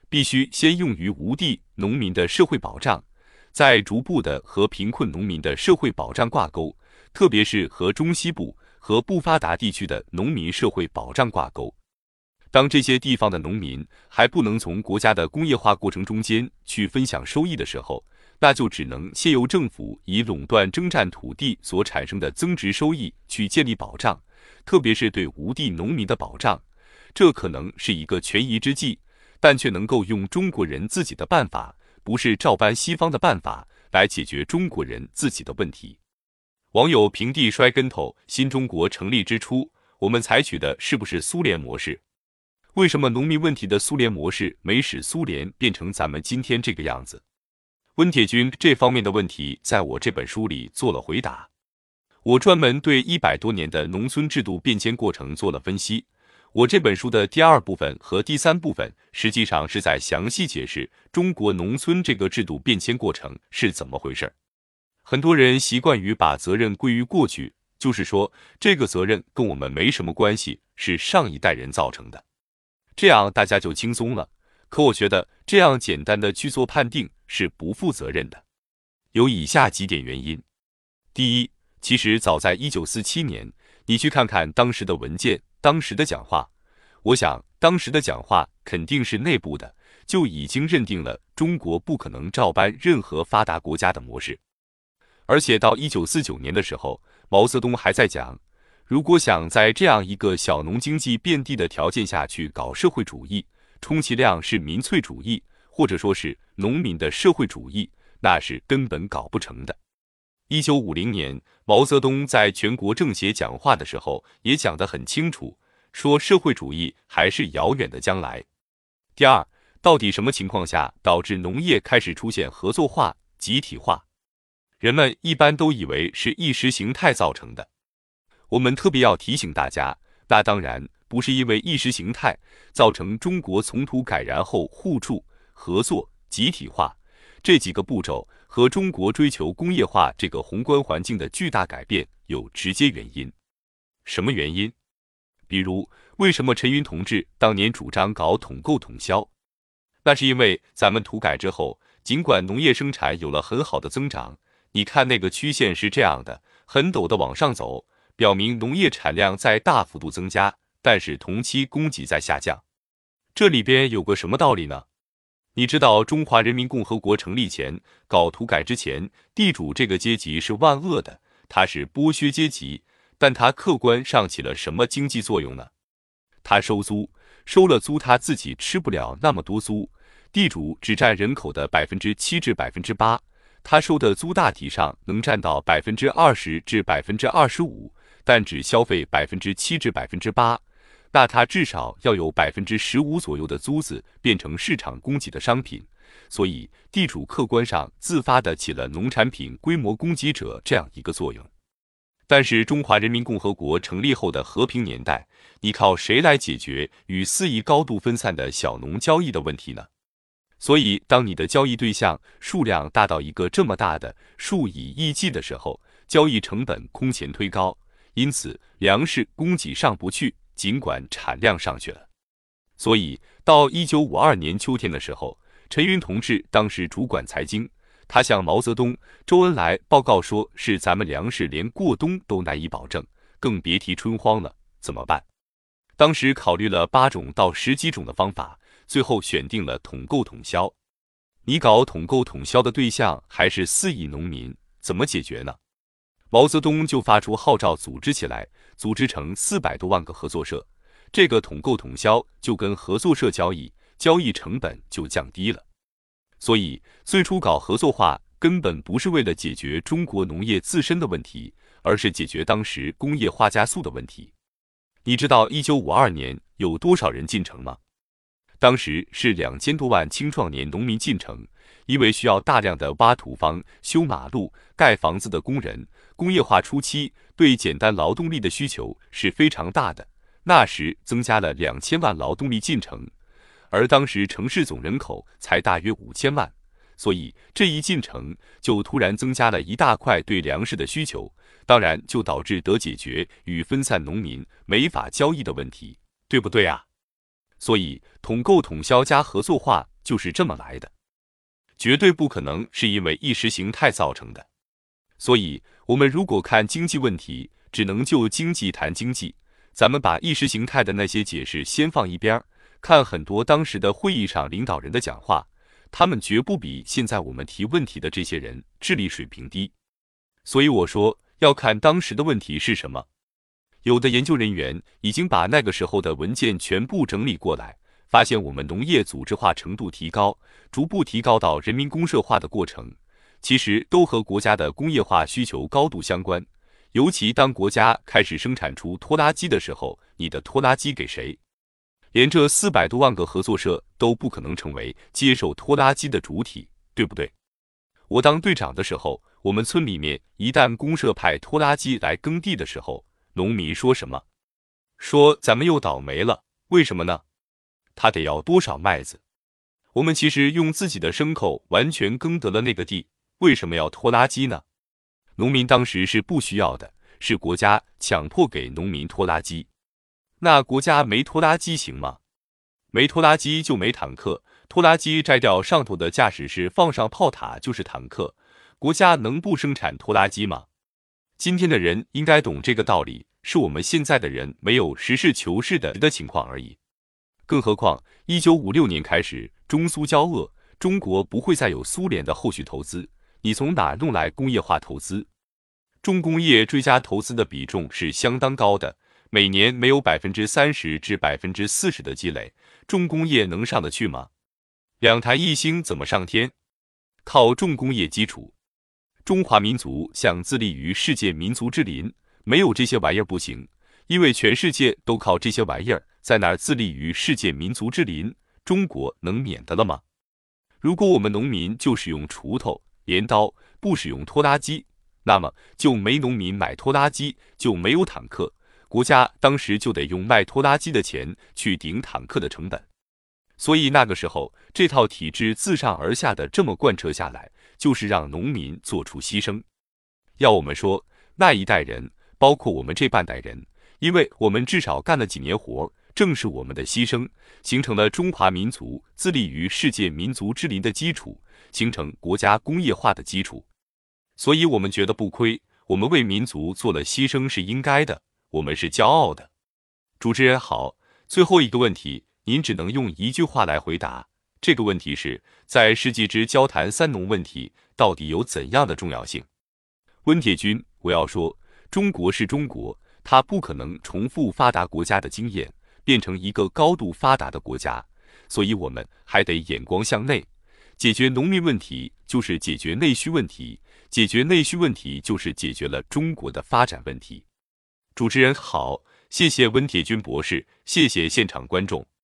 必须先用于无地农民的社会保障，再逐步的和贫困农民的社会保障挂钩，特别是和中西部和不发达地区的农民社会保障挂钩。当这些地方的农民还不能从国家的工业化过程中间去分享收益的时候，那就只能先由政府以垄断征占土地所产生的增值收益去建立保障，特别是对无地农民的保障。这可能是一个权宜之计，但却能够用中国人自己的办法，不是照搬西方的办法来解决中国人自己的问题。网友平地摔跟头，新中国成立之初，我们采取的是不是苏联模式？为什么农民问题的苏联模式没使苏联变成咱们今天这个样子？温铁军这方面的问题在我这本书里做了回答。我专门对100多年的农村制度变迁过程做了分析。我这本书的第2部分和第3部分实际上是在详细解释中国农村这个制度变迁过程是怎么回事。很多人习惯于把责任归于过去，就是说这个责任跟我们没什么关系，是上一代人造成的。这样大家就轻松了。可我觉得这样简单的去做判定是不负责任的，有以下几点原因。第一，其实早在1947年，你去看看当时的文件，当时的讲话，我想当时的讲话肯定是内部的，就已经认定了中国不可能照搬任何发达国家的模式。而且到1949年的时候，毛泽东还在讲，如果想在这样一个小农经济遍地的条件下去搞社会主义，充其量是民粹主义，或者说是农民的社会主义，那是根本搞不成的。1950年，毛泽东在全国政协讲话的时候也讲得很清楚，说社会主义还是遥远的将来。第二，到底什么情况下导致农业开始出现合作化、集体化？人们一般都以为是意识形态造成的。我们特别要提醒大家，那当然不是因为意识形态造成中国从土改然后互助、合作、集体化这几个步骤和中国追求工业化这个宏观环境的巨大改变有直接原因。什么原因？比如，为什么陈云同志当年主张搞统购统销？那是因为咱们土改之后，尽管农业生产有了很好的增长，你看那个曲线是这样的，很陡的往上走，表明农业产量在大幅度增加，但是同期供给在下降。这里边有个什么道理呢？你知道中华人民共和国成立前，搞土改之前，地主这个阶级是万恶的，他是剥削阶级，但他客观上起了什么经济作用呢？他收租，收了租他自己吃不了那么多租，地主只占人口的7%至8%，他收的租大体上能占到20%至25%，但只消费7%至8%，那他至少要有15%左右的租子变成市场供给的商品，所以地主客观上自发地起了农产品规模供给者这样一个作用。但是中华人民共和国成立后的和平年代，你靠谁来解决与肆意高度分散的小农交易的问题呢？所以当你的交易对象数量大到一个这么大的数以亿计的时候，交易成本空前推高，因此粮食供给上不去，尽管产量上去了。所以到1952年秋天的时候，陈云同志当时主管财经，他向毛泽东、周恩来报告说，是咱们粮食连过冬都难以保证，更别提春荒了，怎么办？当时考虑了8种到10几种的方法，最后选定了统购统销。你搞统购统销的对象还是4亿农民，怎么解决呢？毛泽东就发出号召，组织起来，组织成400多万个合作社，这个统购统销就跟合作社交易，交易成本就降低了。所以最初搞合作化根本不是为了解决中国农业自身的问题，而是解决当时工业化加速的问题。你知道1952年有多少人进城吗？当时是2000多万青壮年农民进城，因为需要大量的挖土方、修马路、盖房子的工人，工业化初期对简单劳动力的需求是非常大的，那时增加了2000万劳动力进城，而当时城市总人口才大约5000万，所以这一进城就突然增加了一大块对粮食的需求，当然就导致得解决与分散农民没法交易的问题，对不对啊？所以统购统销加合作化就是这么来的，绝对不可能是因为意识形态造成的。所以，我们如果看经济问题，只能就经济谈经济。咱们把意识形态的那些解释先放一边，看很多当时的会议上领导人的讲话，他们绝不比现在我们提问题的这些人智力水平低。所以我说，要看当时的问题是什么。有的研究人员已经把那个时候的文件全部整理过来，发现我们农业组织化程度提高，逐步提高到人民公社化的过程，其实都和国家的工业化需求高度相关。尤其当国家开始生产出拖拉机的时候，你的拖拉机给谁？连这400多万个合作社都不可能成为接受拖拉机的主体，对不对？我当队长的时候，我们村里面一旦公社派拖拉机来耕地的时候，农民说什么？说咱们又倒霉了，为什么呢？他得要多少麦子？我们其实用自己的牲口完全耕得了那个地，为什么要拖拉机呢？农民当时是不需要的，是国家强迫给农民拖拉机。那国家没拖拉机行吗？没拖拉机就没坦克，拖拉机摘掉上头的驾驶室，放上炮塔就是坦克，国家能不生产拖拉机吗？今天的人应该懂这个道理，是我们现在的人没有实事求是的情况而已。更何况1956年开始中苏交恶，中国不会再有苏联的后续投资，你从哪弄来工业化投资？重工业追加投资的比重是相当高的，每年没有30%至40%的积累，重工业能上得去吗？2台1星怎么上天？靠重工业基础。中华民族想自立于世界民族之林，没有这些玩意儿不行，因为全世界都靠这些玩意儿在那儿自立于世界民族之林，中国能免得了吗？如果我们农民就使用锄头、镰刀，不使用拖拉机，那么就没农民买拖拉机，就没有坦克，国家当时就得用卖拖拉机的钱去顶坦克的成本。所以那个时候，这套体制自上而下的这么贯彻下来，就是让农民做出牺牲。要我们说，那一代人，包括我们这半代人，因为我们至少干了几年活，正是我们的牺牲，形成了中华民族自立于世界民族之林的基础，形成国家工业化的基础。所以我们觉得不亏，我们为民族做了牺牲是应该的，我们是骄傲的。主持人好，最后一个问题，您只能用一句话来回答。这个问题是，在世纪之交谈三农问题到底有怎样的重要性？温铁军，我要说，中国是中国，它不可能重复发达国家的经验，变成一个高度发达的国家，所以我们还得眼光向内。解决农民问题就是解决内需问题，解决内需问题就是解决了中国的发展问题。主持人好，谢谢温铁军博士，谢谢现场观众。